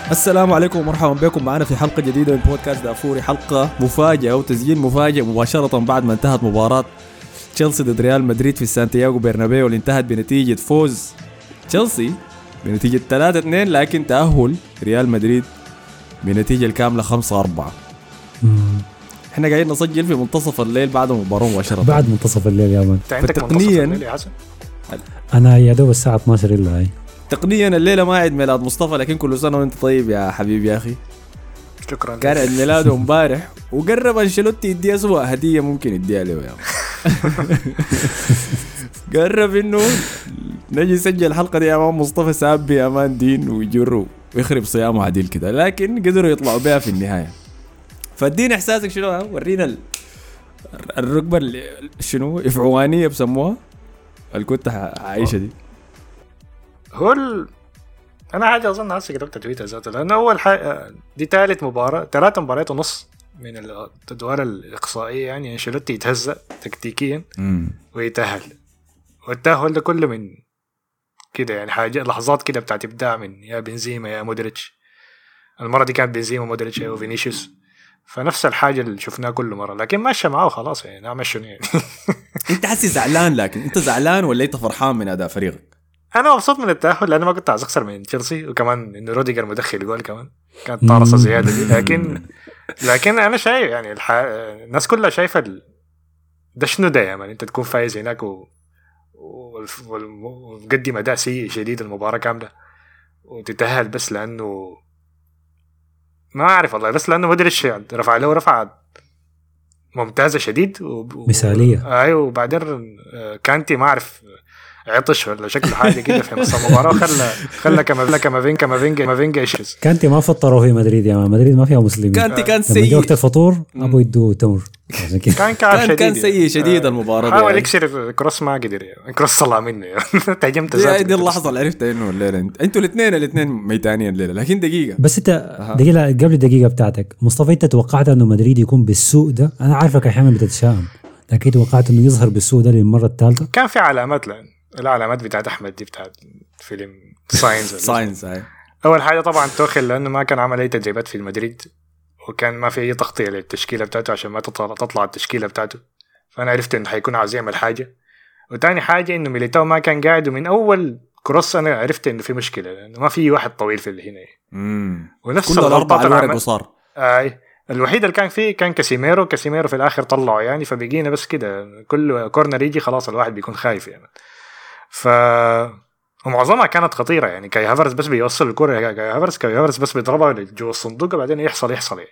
السلام عليكم ومرحبا بكم معنا في حلقة جديدة من بودكاست دافوري، حلقة مفاجئة وتسجيل مفاجئ مباشرة بعد ما انتهت مباراة تشيلسي ضد ريال مدريد في سانتياغو برنابيو، اللي انتهت بنتيجة فوز تشيلسي بنتيجة 3-2، لكن تأهل ريال مدريد بنتيجة الكاملة 5-4. احنا قاعدين نسجل في منتصف الليل بعد المباراة مباشرة. بعد منتصف الليل يا مان. فتقنيا انا يا دوب الساعة 12 الا هاي. تقنيا الليلة ما عيد ميلاد مصطفى، لكن كل سنة وانت طيب يا حبيبي يا أخي. شكرا. كان عيد ميلاده امبارح وقرب أنشيلوتي يديها أسوأ هدية ممكن يديها له يا قرب إنه نجي يسجل الحلقة دي يا أمان مصطفى سابي يا أمان دين ويجروا ويخرب صيامه عديل كده، لكن قدروا يطلعوا بها في النهاية. فادينا إحساسك شنو؟ ورينا الركبة شنو إفعوانية بسموها الكنت عايشة دي. انا حاجه اظن هسه كتبت تويتر ذاته، لانه اول حاجه دي ثالث مباراه 3 مباريات ونص من الادوار الاقصائيه، يعني انشيلوتي يتهزأ تكتيكيا ويتأهل، والتأهل ده كله من كده يعني حاجه لحظات كده بتاعت ابداع من يا بنزيما يا مودريتش. المره دي كانت بنزيما مودريتش وفينيسيوس، فنفس الحاجه اللي شفناها كل مره، لكن ماشي معاه خلاص يعني نعمل شنو يعني. انت حسي زعلان، لكن انت زعلان ولا انت فرحان من اداء فريقك؟ انا مبسوط من التأهل لأنه ما كنت عايز أخسر من تشيلسي، وكمان إنه روديجر مدخل جول كمان كانت طارصة زيادة دي. لكن أنا شايف يعني الناس كلها شايفة ده شنو ده يا مان، أنت تكون فايز هناك وتقدم أداء سيء شديد المباراة كاملة وتتأهل بس لأنه ما أعرف والله، بس لأنه مودريتش رفع له رفعة ممتازة شديد مثالية. أيوة. وبعدين كانتي ما أعرف عطش ولا شكله حاجه كده في نص المباراه، خلى كامافينجا يشز. كانتي ما فطروا في مدريد يا مان، مدريد ما فيها مسلمين. كانتي كان سيء لما وقت الفطور ابو يدو تمر. كان سيء شديد المباراه، حاول يكسر كروس ما قدر، كروس طلع منه. تهجمت ذاتي دي اللحظه اللي عرفت انه الليله انتوا الاثنين ميتانين الليله. لكن دقيقه بس انت دقيقه قبل الدقيقه بتاعتك مصطفى، انت توقعت انه مدريد يكون بالسوء ده؟ انا عارفك احيانا بتتشائم، لكن توقعت انه يظهر بالسوء ده للمره الثالثه؟ كان في علامات، لان العلامات بتاعت احمد دي بتاعت فيلم ساينز اول حاجه طبعا توخل، لانه ما كان عمل اي تدريبات في المدريد، وكان ما في اي تغطيه للتشكيله بتاعته عشان ما تطلع التشكيله بتاعته، فانا عرفت انه حيكون عاوز يعمل حاجه. وتاني حاجه انه ميليتاو ما كان قاعد، ومن اول كروس انا عرفت انه في مشكله، لانه ما في واحد طويل في اللي هنا. ونفس الغلطات الورق وصار الوحيد اللي كان فيه كان كاسيميرو في الاخر طلعه يعني، فبيجينا بس كده كل كورنر يجي خلاص الواحد بيكون خايف يعني. ومعظمها كانت خطيرة يعني، كاي هافرز بس بيوصل الكرة، كاي هافرز بس بيضربها جوا الصندوق وبعدين يحصل يعني.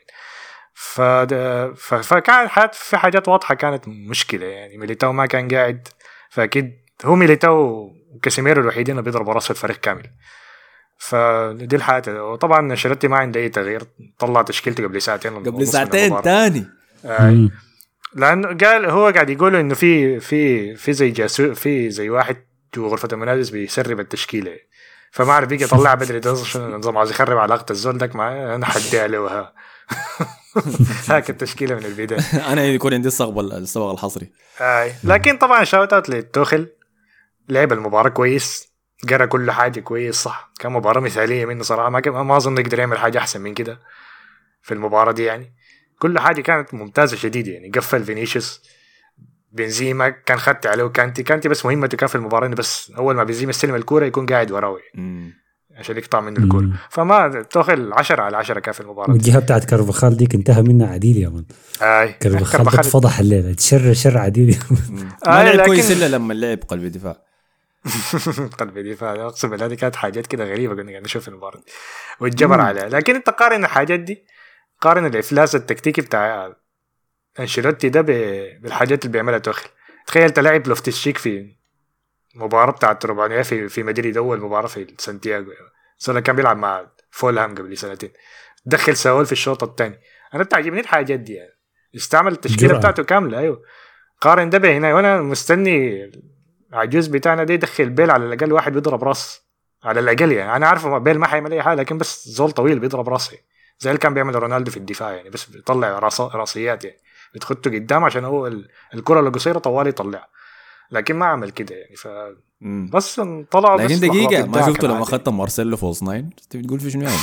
فكان في حاجات واضحة كانت مشكلة يعني. ميليتاو ما كان قاعد، فأكيد هو ميليتاو وكاسيميرو الوحيدين اللي بيضربوا راس الفريق كامل. فدي الحاجة. وطبعا انشيلوتي ما عنده أي تغيير، طلع تشكيلته قبل ساعتين تاني. لأنه قال هو قاعد يقوله إنه في زي جاسوس، في زي واحد جوا غرفة الملابس بيسرب التشكيلة، فما عرف بيجي يطلع بدري ده شنو النظام، عاوز يخرب علاقة الزول داك معاه. أنا حدي له هاك التشكيلة من البداية. أنا يكون عندي الصبغ الحصري. لكن طبعا شاوت اوت للتوخل، لعب المباراة كويس، قرأ كل حاجة كويس صح، كان مباراة مثالية منه صراحة. ما أظن يقدر يعمل حاجة أحسن من كده في المباراة دي يعني. كل حاجة كانت ممتازة شديد يعني. قفل فينيسيوس، بنزيما كان خدت عليه، كانتي بس مهمته كان في المباراة بس أول ما بنزيما يستلم الكورة يكون قاعد وراوي عشان يقطع منه الكورة. فما توخل 10/10 كان في المباراة. والجهة بتاعت كارفاخال ديك انتهى منها عديل يا من. كارفاخال فضح الليلة، شر عديل. ما لعب كويس إلا لما لعب قلب دفاع. قلب دفاع أقسم بالله دي كانت حاجات كده غريبة كنا قاعد نشوف في المباراة والجبر عليها. لكن انت قارن الحاجات دي، قارن الإفلاس التكتيكي بتاع انشيلوتي ده بالحاجات اللي بيعملها توخل. تخيل تلاعب لوفتشيك في مباراة بتاعت 400 في مدريد، أول مباراة في سانتياغو، سنة كان بيلعب مع فولهام قبل سنتين، دخل ساول في الشوط الثاني. أنا بتعجبني الحاجات دي يعني، استعمل التشكيلة بتاعته كاملة. أيوه قارن ده هنا، وأنا مستني عجوز بتاعنا ده يدخل بيل على الأقل واحد بيضرب راس على الأقل يعني. أنا عارف بيل ما حيعمل أي حاجة، لكن بس زول طويل بيضرب راسي زي اللي كان بيعمل رونالدو في الدفاع يعني، بس بيطلع راسيات يعني، بتخطه قدام عشان هو الكرة القصيرة طوالي يطلع. لكن ما عمل كده يعني. بس طلعوا. لكن دقيقة ما شفته لما أخذت مارسيلو فولز 9 أنت بتقول في شنو يعني؟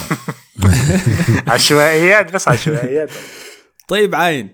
عشوائيات بس عشوائيات. طيب عاين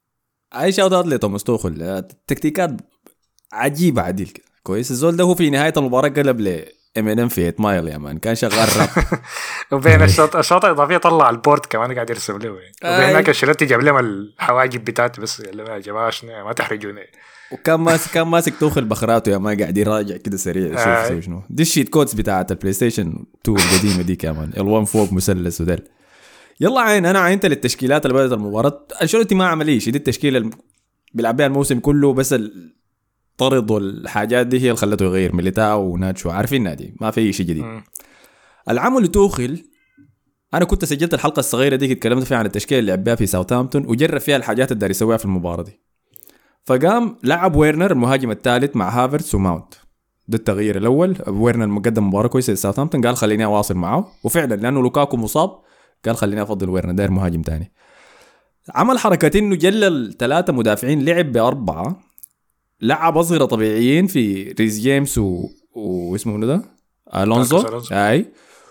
أي شاطر لتوماس توخل التكتيكات عجيبة عديل كويس. الزول ده هو في نهاية المباراة قلب ل M&M في 8 مايل يا مان كان شغال راب. وبين الشوط الإضافية طلع البورت كمان قاعد يرسم له. وبينك الشلتي جاب لهم الحواجب بتاعته بس قال لهم يا جماعة ما تحرجوني. وكان ماسك توخل بخراته يا ما قاعد يراجع كده سريع شوف شنو دي الشيت كودز بتاعت البلاي ستيشن 2 القديمة دي كمان ال1 فوق مثلث ودل. يلا عين أنا عينت للتشكيلات اللي بدأت المباراة. الشلتي ما عمليش دي التشكيلة بيلعب بها الموسم كله بس الطرد والحاجات دي هي اللي خلته يغير ميليتاو وناتشو عارفين نادي ما في شيء جديد. العمل توخل أنا كنت سجلت الحلقة الصغيرة دي اتكلمت فيها عن التشكيلة اللي لعب بها في ساوثهامبتون وجرب فيها الحاجات اللي داري يسويها في المباراة دي. فقام لعب ويرنر المهاجم الثالث مع هافرتس وماونت. ده التغيير الأول. ويرنر مقدم مباراة كويسة لساوثهامبتون قال خليني أواصل معه وفعلا لأنه لوكاكو مصاب قال خليني أفضل ويرنر داير مهاجم تاني. عمل حركة إنه جلل 3 مدافعين لعب ب4 لعب أصغر طبيعيين في ريز جيمس واسمه منو ده ألونزو أي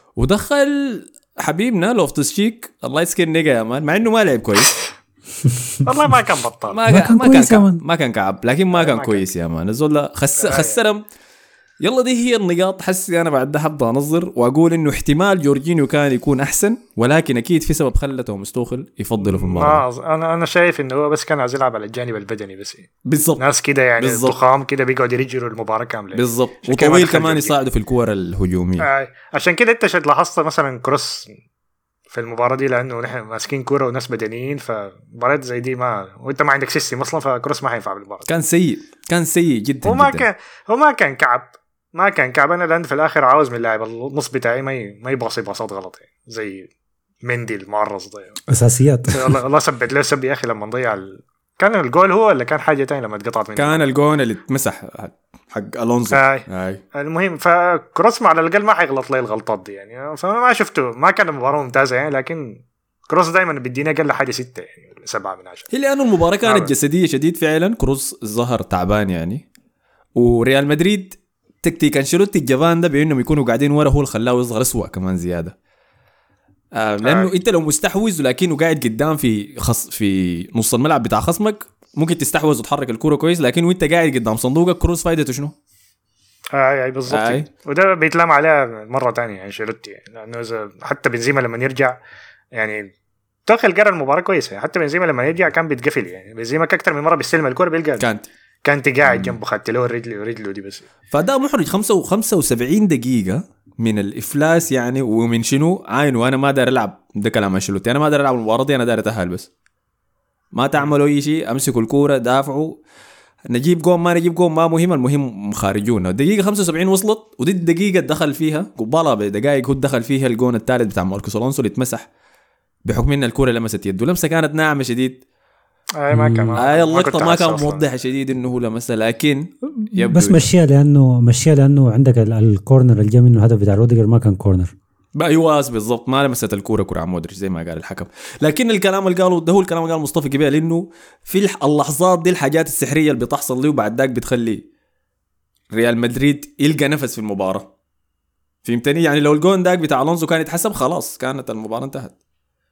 ودخل حبيبنا لوفتس شيك الله يسكن نيجا يا مان مع إنه ما لعب كويس. والله ما كان بطال ما كان كعب لكن ما كان كويس يا مان. الزول خسرهم. يلا دي هي النقاط. حسي أنا بعد ده حبض أنظر وأقول إنه احتمال جورجينيو كان يكون أحسن ولكن أكيد في سبب خلته مستوخل يفضله في المباراة. أنا شايف إنه هو بس كان عايز يلعب على الجانب البدني بس بالضبط ناس كده يعني ضخام كده بيقعد يرجلوا المباراة كاملة بالضبط وطويل كمان يساعده في الكور الهجومية. عشان كده أنت لاحظت مثلا كروس في المباراة دي لأنه نحن ماسكين كورة وناس بدنيين فمباراة زي دي وأنت ما عندك سيستم أصلا فكروس ما هينفع بالمباراة. كان سيء جدا هو ما كان كعب أنا لأن في الآخر عاوز من اللاعب النص بتاعي ما يباصي باصات غلط يعني. زي مندي المعرض ده أساسيات. الله سبت له سب يا أخي لما نضيع كان الجول هو اللي كان حاجة تانية لما اتقطعت منه. كان الجول اللي اتمسح حق ألونزو. المهم فكروس على الأقل ما حيغلط لي الغلطات دي يعني. فما ما شفته ما كان مباراة ممتازة يعني لكن كروس دايما بدينا أقل حاجة 6 يعني 7 من 10. هي لأنه المباراة كانت جسدية شديد فعلا. كروس ظهر تعبان يعني. وريال مدريد تكتيك أنشيلوتي الجبان ده بأنهم يكونوا قاعدين ورا هو اللي خلاه يصغر أسوأ كمان زيادة. لأنه أنت لو مستحوذ ولكنه قاعد قدام في نص الملعب بتاع خصمك ممكن تستحوذ وتحرك الكرة كويس لكن وأنت قاعد قدام صندوقك كروس فايدته شنو؟ بالضبط. وده بيتلام عليه مرة تانية أنشيلوتي يعني. لأنه حتى بنزيما لما يرجع يعني توخل قرر المباراة كويسة. حتى بنزيما لما يرجع كان بيتقفل يعني. بنزيما أكتر من مرة بيستلم الكرة بيلقى كانت قاعد جنبه خدت له رجله دي بس. فده محرج 75 دقيقة من الإفلاس يعني. ومن شنو عين وأنا ما دار ألعب ده كلام أنشيلوتي. أنا ما دار ألعب المباراة دي أنا دار أتأهل بس ما تعملوا أي شيء. أمسكوا الكورة دافعوا نجيب جون ما نجيب جون ما مهم. المهم خارجونا. الدقيقة 75 وصلت ودي الدقيقة دخل فيها قبالة بدقائق هو دخل فيها الجون الثالث بتاع ماركوس ألونسو اللي اتمسح بحكم إن الكورة لمست يده. لمسة كانت ناعمة شديد. ما كان اللقطة ما كان موضح شديد إنه هو لمسها لكن بس مشيها لأنه عندك الكورنر الجاي منه هدف بتاع روديجر ما كان كورنر. ايوه بالضبط ما لمست الكوره كره عن مودريتش زي ما قال الحكم. لكن الكلام اللي قاله ده هو الكلام اللي قال مصطفى قبيل انه في اللحظات دي الحاجات السحريه اللي بتحصل له وبعد ذاك بتخلي ريال مدريد يلقى نفس في المباراه. فهمتني يعني لو الجون داك بتاع الونزو كان يتحسب خلاص كانت المباراه انتهت.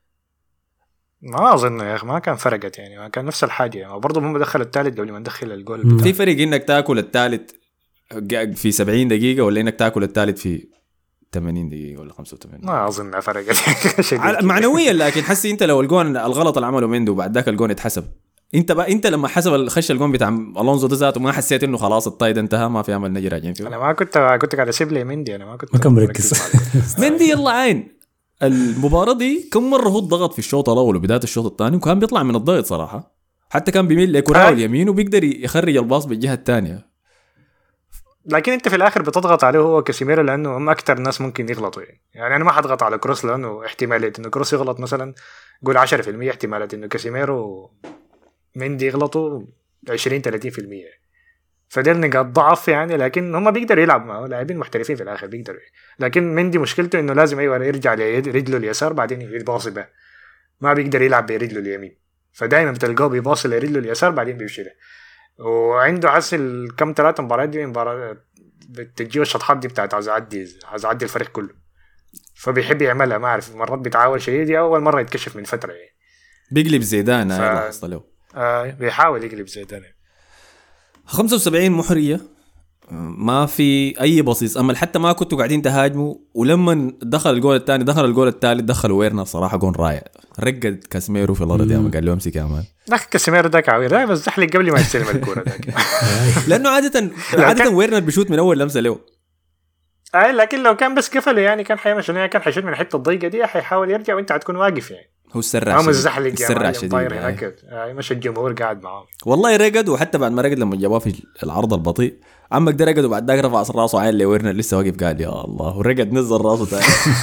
ما اظن يا اخي ما كان فرقت يعني. ما كان نفس الحاجه يعني. برضه هم دخلوا الثالث قبل ما ندخل الجول. في فرق انك تاكل الثالث في 70 دقيقه ولا انك تاكل الثالث في 80 دقيقة ولا 85. ما أظن فرقت معنويا. لكن حسي أنت لو الجون الغلط اللي عمله مندو بعد ذاك الجون اتحسب أنت لما حسب الخش الجون بتاع ألونزو ده ذاته ما حسيت إنه خلاص الطايد انتهى ما في عمل نجي راجعين فيه. أنا ما كنت قاعد أسيب لي مندي. أنا ما كان مركز مندي يلا عين. المباراة دي كم مرة هو ضغط في الشوط الأول وبداية الشوط الثاني وكان بيطلع من الضغط صراحة. حتى كان بيميل لكرة اليمين وبيقدر يخرج الباص بالجهة الثانية. لكن انت في الاخر بتضغط عليه هو كاسيميرو لانه هم اكتر ناس ممكن يغلطوا يعني انا ما حضغط على كروس لانه احتماليه انه كروس يغلط مثلا قول 10% احتماليه انه كاسيميرو مندي يغلطوا 20-30%. فده نقاط ضعف يعني. لكن هم بيقدروا يلعبوا لاعبين محترفين في الاخر بيقدروا. لكن مندي مشكلته انه لازم يرجع لرجله اليسار بعدين يباصي به. ما بيقدر يلعب برجله اليمين. فدايما بتلقاه بيباصي لرجله اليسار بعدين بيمشي له. وعنده حسن كم 3 مباريات دي مباراة بتجيه الشطحات دي بتاعت عايز اعدي الفريق كله، فبيحب يعملها. ما اعرف مرات بيتعاول شديد، اول مره يتكشف من فتره يعني. بيقلب زيدان لاحظت له. بيحاول يقلب زيدان. 75 محريه، ما في اي بصيص امل، حتى ما كنتوا قاعدين تهاجموا. ولما دخل الجول الثاني دخل الجول الثالث دخلوا ويرنر، صراحه جون رائع، رقد كاسميرو في الارض يا ما قال له امسك يا مان. كاسميرو ده كعوير ده بس زحلق قبل ما يستلم الكوره ده لانه عاده ويرنر بيشوت من اول لمسه له. لكن لو كان بس كفله يعني كان حيمشي، كان حيشوت من الحته الضيقه دي، حيحاول يرجع وانت هتكون واقف يعني. هو السرع شديد طاير هناك مش الجمهور قاعد معاه والله رقد. وحتى بعد ما رقد لما جابوه في العرض البطيء عمك ده رقد، وبعد ذاك رفع راسه عين لويرنر لسه واقف قال يا الله، ورقد نزل راسه ثاني.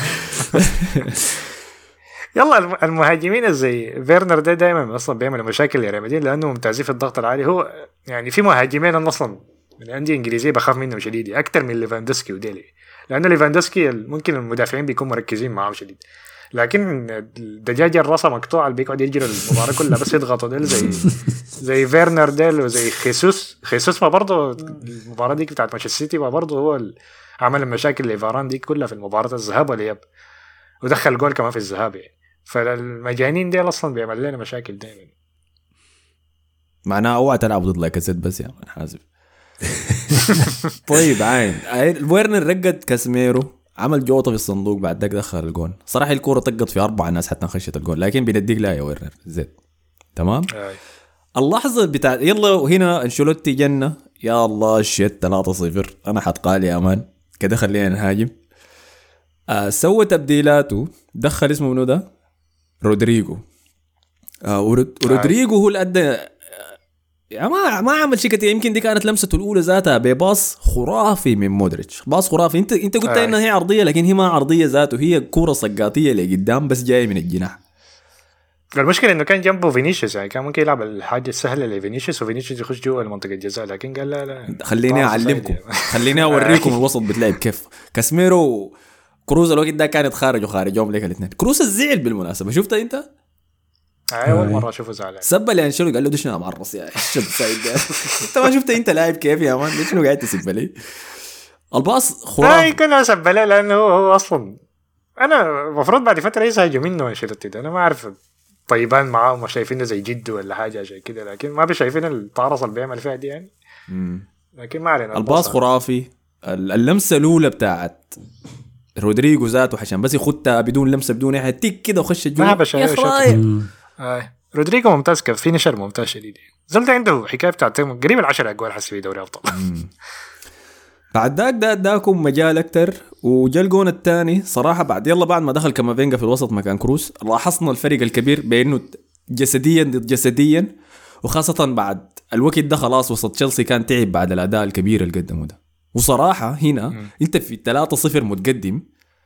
يلا المهاجمين زي فيرنر ده دائما اصلا بيعملوا مشاكل لريال مدريد لانه ممتازين في الضغط العالي. هو يعني في مهاجمين اصلا من الانديه الانجليزيه بخاف منهم شديد اكثر من ليفاندوسكي وديلي، لانه ليفاندوسكي ممكن المدافعين بيكونوا مركزين معاه شديد، لكن الدجاجه الراسه مقطوعه اللي بيقعد يجري المباراه كلها بس يضغطوا ديل زي فيرنر ديل وزي خيسوس ما برضه المباراه دي بتاعت مانشستر سيتي ما برضه هو عمل المشاكل لفاران دي كلها في المباراه الذهاب والاياب، ودخل جول كمان في الذهاب يعني. فالمجانين دي اصلا بيعمل لنا مشاكل دائما. معناه اوعى تلعب ضد لاكازيت بس يا من حازم. طيب عين ويرنر رقد كاسميرو، عمل جوطه في الصندوق، بعد ذاك دخل الجون. صراحه الكوره طقت في 4 ناس حتى خشت الجون، لكن بنديك لا يا ويرنر زيت تمام. اللحظه بتاع يلا هنا انشيلوتي جنة يا الله شيت 3-0 انا حتقال يا مان كده خلينا نهاجم. سوى تبديلاته، دخل اسمه منو ده رودريجو. ورودريجو هو اللي ادى ما عمل شيء كتير. يمكن دي كانت لمسته الاولى ذاتها بباص خرافي من مودريتش، باص خرافي. انت قلت انها هي عرضيه، لكن هي ما عرضيه ذاته، هي كوره صقاطيه لقدام بس جايه من الجناح. المشكله انه كان جنبه فينيسيوس، يعني كان ممكن يلعب الحاجه السهله لفينيسيوس وفينيسيوس يخش جوا المنطقه الجزاء، لكن قال لا خليني اعلمكم خليني اوريكم الوسط بتلعب كيف. كاسميرو كروز الوقت ده كانت خارجهم لك الاثنين. كروز الزعل بالمناسبه، شفتها انت؟ اول مره اشوفه زعلان. سب لي شنو قال له ده شنو معرص يا شب سعيد. انت ما شفت انت لاعب كيف يا مان؟ ليش شنو قاعد تسب لي؟ الباص خرافي. كان سب لي لانه هو اصلا انا المفروض بعد فتره يزهجوا منه انشيلوتي ده. انا ما اعرف طيبان معاه ما شايفينه زي جده ولا حاجه زي كده، لكن ما بشايفين الطارص اللي بيعمل فيها دي يعني. لكن ما علينا. الباص خرافي. اللمسه الاولى بتاعت رودريجو ذاته عشان بس يخدها بدون لمسه بدون اي تيك كده وخش الجول يا اخي. رودريجو ممتاز، كان في نشر ممتاز شديد. زلت عنده حكايه بتاعت قريب 10 اجوال حسب في دوري ابطال. بعد ذاك اداكم مجال اكتر، وجا الجون الثاني صراحه بعد ما دخل كامافينجا في الوسط مكان كروس، لاحظنا الفرق الكبير بينه جسديا ضد جسديا، وخاصه بعد الوقت ده خلاص وسط تشيلسي كان تعب بعد الاداء الكبير اللي قدمه ده. وصراحه هنا انت في 3-0 متقدم،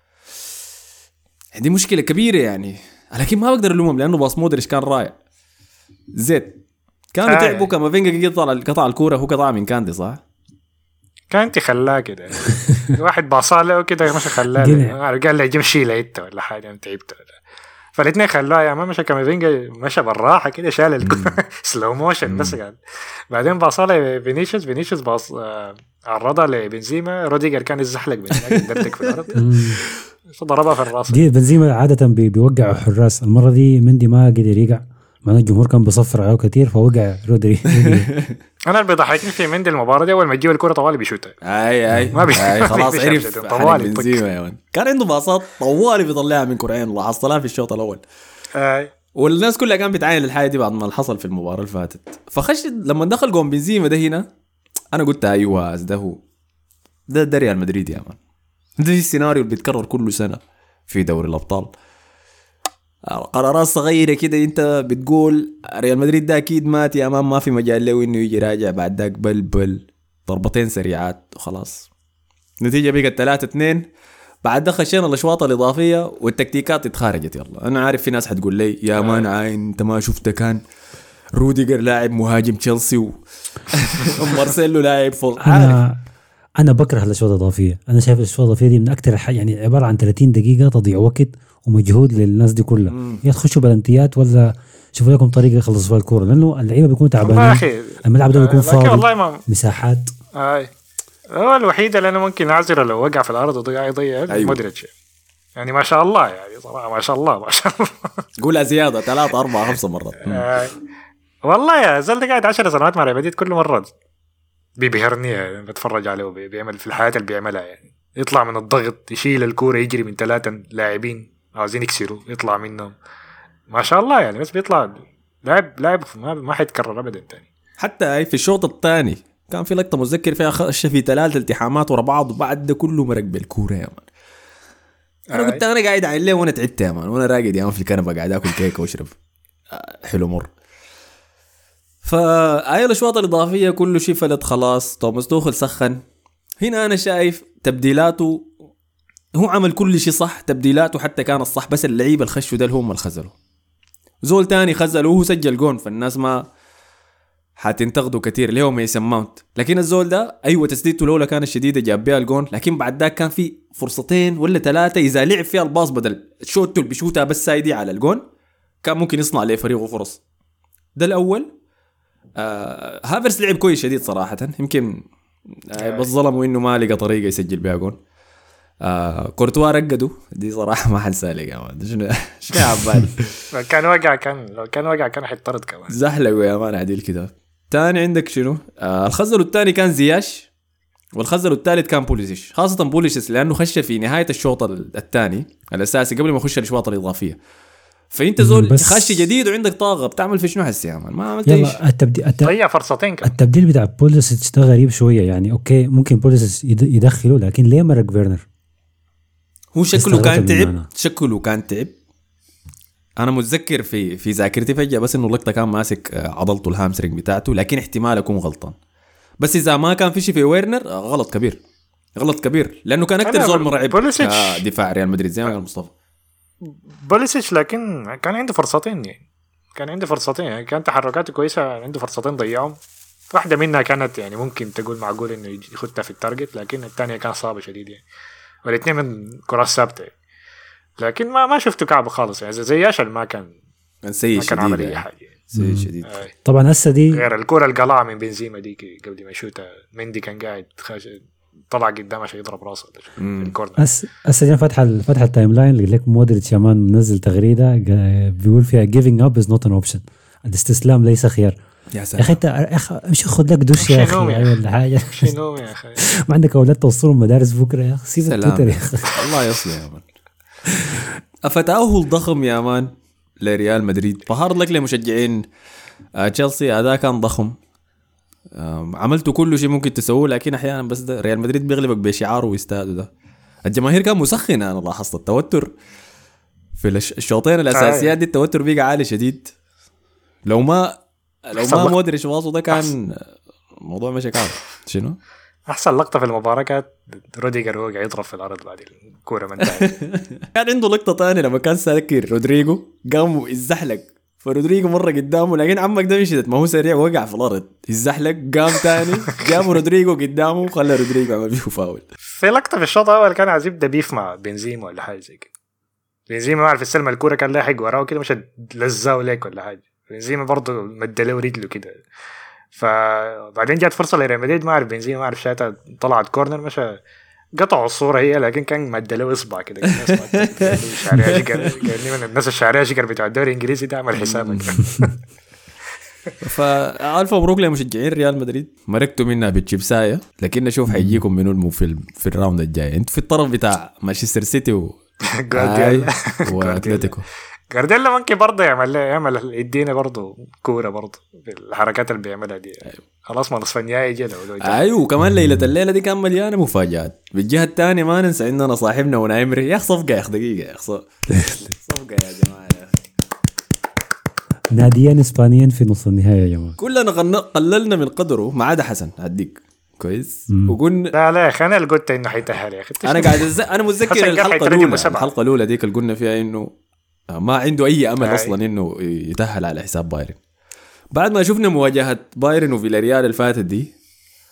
دي مشكله كبيره يعني. لكن ما بقدر الومهم لانه باص مودريتش كان رائع. زيت كانوا تعبوا كامافينجا قطع الكوره، هو قطع من كاندي صح؟ كانت خلاه كده واحد باصاله وكده مش خلاه قال لي جمشي ليت ولا حاجه انت تعبت. فالاثنين خلاه يا ما مشى كامافينجا مشى بالراحه كده شال الكوره سلو موشن بس قال. بعدين باصاله فينيسيوس باص عرضها لبنزيما، روديجر كان يزحلق بيدرتك في الارض فضربها في الراس. دي بنزيما عاده بيوقع حراس، المره دي مندي ما قدر يقع، مع الجمهور كان بيصفر عليه كتير فوقع رودري. انا اللي بيضحكني في مندي المباراه دي اول ما تجيب الكره طوالي بيشوتها. اي خلاص عرف طوالي بنزيما يا مان. كان عنده باصات طوالي بيطلعها من كرعين وحصلها في الشوط الاول. والناس كلها كانت بتعاين الحاجه دي بعد ما حصل في المباراه اللي فاتت. فخش لما دخل جون بنزيما ده هنا انا قلت ايوه ده ريال مدريد يا مان. ده السيناريو اللي بيتكرر كل سنه في دوري الابطال. قرارات صغيره كده انت بتقول ريال مدريد ده اكيد مات يا مان، ما في مجال له انه يجي راجع بعد ذاك بل ضربتين سريعات وخلاص. النتيجه بقت 3-2. بعد ده خشينا الاشواط الاضافيه والتكتيكات اتخارجت. يلا انا عارف في ناس حتقول لي يا مان عين انت ما شفت كان روديجر لاعب مهاجم تشيلسي ومارسيلو لاعب فوق. انا بكره الاشواط الاضافيه. انا شايف الاشواط الاضافيه دي من اكثر يعني عباره عن 30 دقيقه تضيع وقت ومجهود للناس دي كلها، يا تخشوا بلنتيات ولا شوفوا لكم طريقه يخلصوا فيها الكوره، لانه اللعيبه بيكونوا تعبانين، الملعب ده بيكون فاضي مساحات. هو الوحيد اللي انا ممكن اعذره لو وقع في الارض يضيع مودريتش يعني ما شاء الله يعني صراحه ما شاء الله قولها زياده 3 4 5 مرات. والله يا زلمه قاعد 10 سنوات مع ريال مدريد، كل مره بيبهرني يعني بتفرج عليه وبيعمل في الحياه اللي بيعملها يعني يطلع من الضغط يشيل الكوره يجري من 3 لاعبين عاوزين يكسروا يطلع منهم ما شاء الله يعني، بس بيطلع لاعب ما حيتكرر ابدا تاني. حتى في الشوط الثاني كان في لقطه متذكر فيها خش في 3 التحامات ورا بعض وبعد ده كله مرق بالكوره يا مان. انا قلت انا قاعد عليه وانا تعبت يا مان، وانا راقد يا مان في الكنبه قاعد اكل كيك واشرب حلو مر. فهاي الاشواط الاضافيه كله شيء فلت خلاص. توماس توخل سخن هنا، انا شايف تبديلاته هو عمل كل شيء صح، تبديلاته حتى كان الصح، بس اللعيبه الخشوا ده هم اللي خزلوا. زول تاني خزلوا وهو سجل جون، فالناس ما حتنتقدوا كتير اللي هو ميسن ماونت، لكن الزول ده ايوه تسديدته لولا كانت شديده جاب بيها الجون، لكن بعد ذاك كان في فرصتين ولا 3 اذا لعب فيها الباص بدل الشوت اللي بيشوتها بس سايدي على الجون كان ممكن يصنع له فريقه فرص. ده الاول. هافرس لعب كويس شديد صراحه، يمكن بس ظلموا انه ما لقى طريقه يسجل بها جون. كورتوا رقدوا دي صراحه ما حنسالك يا مان، شنو عبالي لو كان وقع كان حيطرد كمان، زحلقوا يا مان عديل كده. تاني عندك شنو؟ الخزل الثاني كان زياش، والخزل الثالث كان بوليسيش، خاصه بوليسيش لانه خش في نهايه الشوط الثاني الاساسي قبل ما يخش الاشواط الاضافيه. فانت زول خش جديد وعندك طاقه بتعمل في شنو هسه يا مان؟ ما عملت ايش. ضيع فرصتين كمان. التبديل بتاع بوليسيش ده غريب شويه يعني. اوكي ممكن بوليسيش يدخله، لكن ليه مرق فيرنر؟ هو شكله كان تعب. انا متذكر في ذاكرتي فجأة بس انه اللقطه كان ماسك عضلته الهامسترينج بتاعته، لكن احتمال اكون غلطان. بس اذا ما كان في شيء في ويرنر غلط كبير لانه كان اكثر زول مرعب دفاع ريال مدريد زي ما قال مصطفى. بوليسيتش لكن كان عنده فرصتين يعني كان تحركاته كويسه، عنده فرصتين ضيعهم. واحده منها كانت يعني ممكن تقول معقول انه يخدها في التارجت، لكن الثانيه كان صعبه شديد يعني، والاثنين من كرات ثابته يعني. لكن ما شفته كعب خالص يعني، زي ياشل ما كان سيء شديد، عمل اي حاجه سيء شديد. طبعا هسه دي غير الكره القلاع من بنزيما دي قبل ما يشوتها مندي كان قاعد طلع قدام عشان يضرب راسه الكورنر. هسه فتح التايم لاين اللي لك مودريتش كمان منزل تغريده بيقول فيها giving up is not an option، الاستسلام ليس خيار. يا اخي انت امشي خذ لك دش يا اخي ولا حاجه، شنو يا اخي ما عندك اولاد توصلهم مدارس بكره يا اخي، سيب التويتر يا اخي. الله يصلح يا مان. أفتاه الضخم يا مان لريال مدريد، فهارد لك لمشجعين تشيلسي هذا كان ضخم، عملتوا كل شيء ممكن تسووه، لكن أحيانا بس ده ريال مدريد بيغلبك بشعاره ويستاهدوا. ده الجماهير كان مسخنة، أنا لاحظت التوتر في الشوطين الأساسيات دي، التوتر بيقى عالي شديد. لو ما مودريتش واصل ده كان موضوع مشي كان شنو؟ احسن لقطه في المباراه كانت روديجر وقع يضرب في الارض بعد الكوره ما انتهت. كان عنده لقطه ثانيه لما كان ساكر رودريجو قام يزحلق، فرودريجو مره قدامه، لكن عمك ده مشيت ما هو سريع وقع في الارض، يزحلق قام ثاني جابوا رودريجو قدامه وخلى رودريجو عمل فيه فاول. في لقطه في الشوط الاول كان عايز يبدا بيف مع بنزيما ولا حاجه زي كده، بنزيما ما عرف يستلم الكوره كان لاحق وراه كده مش لزاو ليك ولا حاجه، بنزيما برضه مد له رجله كده. فبعدين جات فرصه لريال مدريد ما عرف بنزيما ما عرف شاتها طلعت كورنر مشى قطعوا الصوره هي، لكن كان مد له اصبع كده شعريه شكر من الناس الشعريه شكر بتاع الدوري الانجليزي ده عمل حسابك. فالف مبروك لمشجعين ريال مدريد، مرقتوا منها بالشيبسايه، لكن نشوف حيجيكم منو المفيلم في الراوند الجاي. انتوا في الطرف بتاع مانشستر سيتي واتلتيكو. جارديلا ممكن برضه يعمل يدينا برضه كوره برضه بالحركات اللي بيعملها دي. خلاص ما نصف النهائي جاء ايوه كمان ليله الليله دي كان مليانه مفاجآت. بالجهه الثانيه ما ننسى عندنا صاحبنا ونايمري، يا صفقه يا اخ دقيقه يا اخ صفقه يا جماعه يا اخي. ناديين اسبانيين في نص النهائي يا جماعه، كلنا قللنا من قدره ما عدا حسن هديك كويس. وقلنا لا يا اخي انا اللي قلت انه حيتاهل يا اخي. انا قاعد انا متذكر الحلقه الاولى ديك اللي قلنا فيها انه ما عنده أي أمل أصلاً إنه يتأهل على حساب بايرن. بعد ما شفنا مواجهة بايرن وفيلاريال الفاتت دي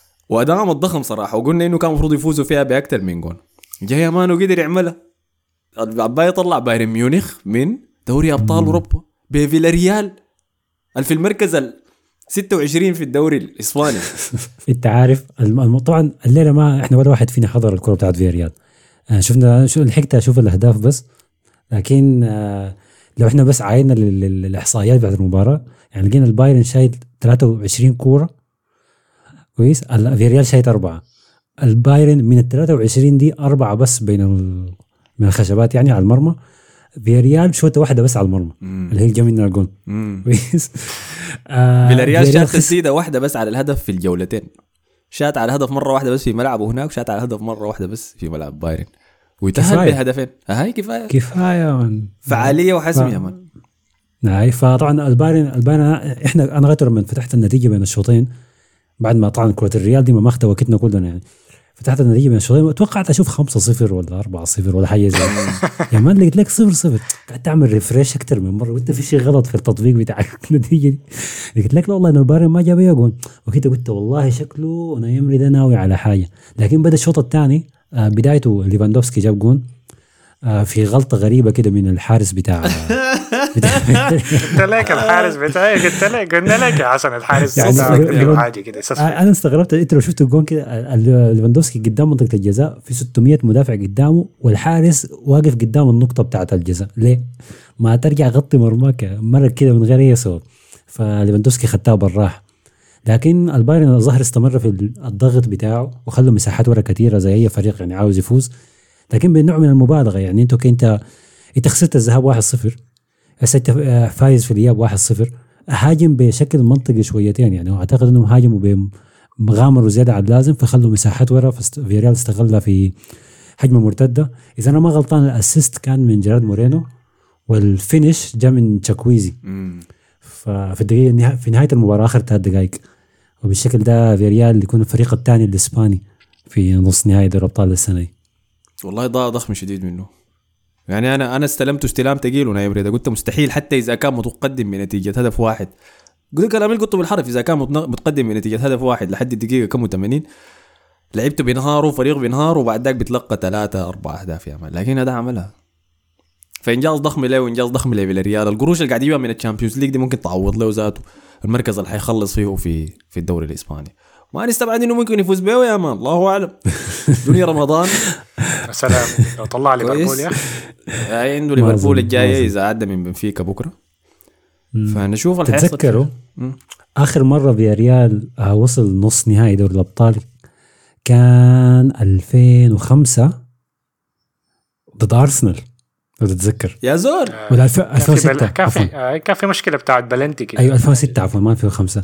وأداهم الضخم صراحة، وقلنا إنه كان مفروض يفوزوا فيها بأكتر من جون، جاي مانو قدر يعملها. عباية طلع بايرن ميونخ من دوري ابطال اوروبا بفيلاريال في المركز 26 في الدوري الاسباني. انت عارف طبعا الليله ما احنا ولا واحد فينا حضر الكره بتاعت فياريال، شفنا شو لحقت اشوف الاهداف بس، لكن لو احنا بس عاينا الاحصائيات بعد المباراه يعني لقينا البايرن شايل 23 كوره كويس، فياريال شايل 4. البايرن من ال 23 دي 4 بس من الخشبات يعني على المرمى، فياريال شوطه واحده بس على المرمى اللي هي جا منها الجول كويس. فياريال شات تسديده واحده بس على الهدف في الجولتين، شات على الهدف مره واحده بس في ملعبه هناك، وشات على الهدف مره واحده بس في ملعب بايرن، ويتأهل بهدفين. هاي كفايه من فعاليه وحسم يا مان. نعم. فطبعا البايرن انا غيرت لما فتحت النتيجه بين الشوطين بعد ما طبعا كره الريال دي ما اخذت وقتنا كلنا يعني، فتحت النتيجه بين الشوطين وتوقعت اشوف 5-0 ولا 4-0 ولا حاجه زي يا مان لقيت لك 0-0. قاعد تعمل ريفريش اكثر من مره وانت في شيء غلط في التطبيق بتاع النتيجه دي. قلت لك لا والله انه البايرن ما جاب جول، وكنت قلت والله شكله انا يمري ده ناوي على حاجه. لكن بدا الشوط الثاني بدايته ليفاندوفسكي جاب جول في غلطه غريبه كده من الحارس بتاع قلت لك الحارس بتاعي، قلنا لك يا حسن الحارس يعني حاجه كده. انا استغربت انت لو شفت الجون كده ليفاندوفسكي قدام منطقه الجزاء في 600 مدافع قدامه والحارس واقف قدام النقطه بتاعه الجزاء، ليه ما ترجع غطي مرماك مره كده من غير اي سبب؟ فليفاندوفسكي خدتها بالراحه. لكن البايرن الظهر استمر في الضغط بتاعه وخلوا مساحات ورا كثيره زي اي فريق يعني عاوز يفوز، لكن بنوع من المبالغه. يعني انت خسرت الذهاب 1-0، هسه انت فايز في الاياب 1-0، هاجم بشكل منطقي شويتين يعني. اعتقد انهم هاجموا بمغامروا زياده عن اللازم، فخلوا مساحات ورا، فياريال استغلها في هجمه مرتده. اذا انا ما غلطان الاسيست كان من جيرارد مورينو والفينش جاء من تشاكويزي ففي الدقيقه في نهايه المباراه اخر 3 دقائق. وبالشكل ده فياريال يكون الفريق الثاني الاسباني في نص نهائي دوري ابطال السنه دي. والله ده ضخم شديد منه يعني. انا استلمت استلام ثقيل ونايم ريدا، قلت مستحيل حتى اذا كان متقدم بنتيجه هدف واحد، قلت كلامي قلته بالحرف، اذا كان متقدم بنتيجه هدف واحد لحد الدقيقه كم 80 لعبته بينهار وفريق بينهار وبعد ذاك بتلقى 3-4 اهداف يا مان، لكن هذا عملها. فانجاز ضخم له وانجاز ضخم لفيلاريال. القروش اللي قاعد يجيبها من الشامبيونز ليج دي ممكن تعوض له ذاته المركز اللي حيخلص فيه في الدوري الاسباني. ما نستبعد انه ممكن يفوز بيه يا مان، الله اعلم. دنيا رمضان سلام لو طلع ليفربول يا اخي عنده ليفربول الجايه اذا عدى من بنفيكا بكره. فنشوف الحيصل. تتذكروا اخر مره فياريال وصل نص نهائي دوري الابطال كان 2005 ضد ارسنال لو تتذكر يا زول، ولا 2006 كان في مشكله بتاعت بلنتي كده. ايوه 2006 عفوا ما 2005.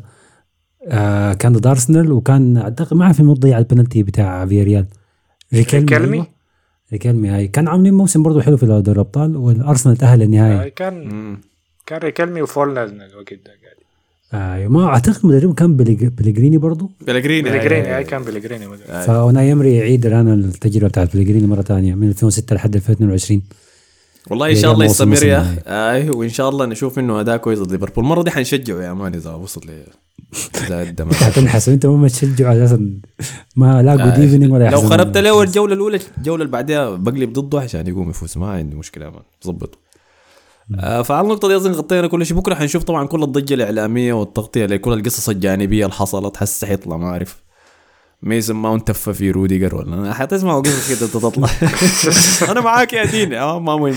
كان ضد ارسنال وكان اعتقد ما في مضيع البنالتي بتاع فياريال ريكيلمي هاي كان عاملين موسم برضو حلو في دوري الابطال والارسنال تاهل للنهائي. كان ريكيلمي وفولنر الوقت ده قاعد. ما اعتقد مدرب كان بليغريني برضو. بليغريني كان بليغريني. فانا يمري يعيد الان التجربه بتاعت بليغريني مره ثانيه من 2006 لحد 2022. والله ان شاء الله يستمر يا اخي. وان شاء الله نشوف انه اداء كويس ضد ليفربول المره دي. حنشجعه يا مان اذا وصل لا الدم هتنحس انت ما تشجعه اساسا ما لا جود ايفنينج ولا لو خربت له الجوله الاولى الجوله اللي بعدها بقلب ضده عشان يقوم يفوز، ما عندي مشكله ما ظبطه. فعلى النقطه دي اظن غطينا كل شيء. بكره حنشوف طبعا كل الضجه الاعلاميه والتغطيه لكل القصص الجانبيه اللي حصلت. حس حيطلع ما اعرف ميسن ماونت تف في روديجر ولا حتسمعوا قصص كده تطلع. انا معاك يا دين ما مهم.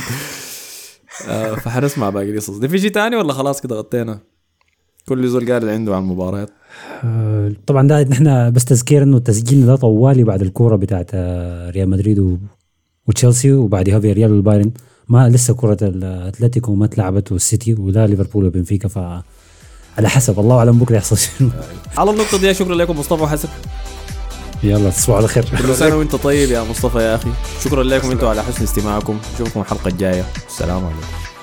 فحنسمع باقي القصص دي. في شيء تاني ولا خلاص كده غطينا كل زول قال اللي عنده عن المباريات؟ طبعا ده نحن بس تذكير انه تسجيلنا ده طوالي بعد الكوره بتاعت ريال مدريد وتشيلسي وبعدها فياريال والبايرن. ما لسه كرة الاتلتيكو ما تلعبت والسيتي ولا ليفربول وبنفيكا، فعلى حسب الله اعلم بكره يحصل شنو. على النقطه دي شكرا لكم مصطفى وحسن. يلا تصبحوا على خير. كل سنه وانت طيب يا مصطفى يا اخي. شكرا لكم انتم على حسن استماعكم. نشوفكم الحلقه الجايه. السلام عليكم.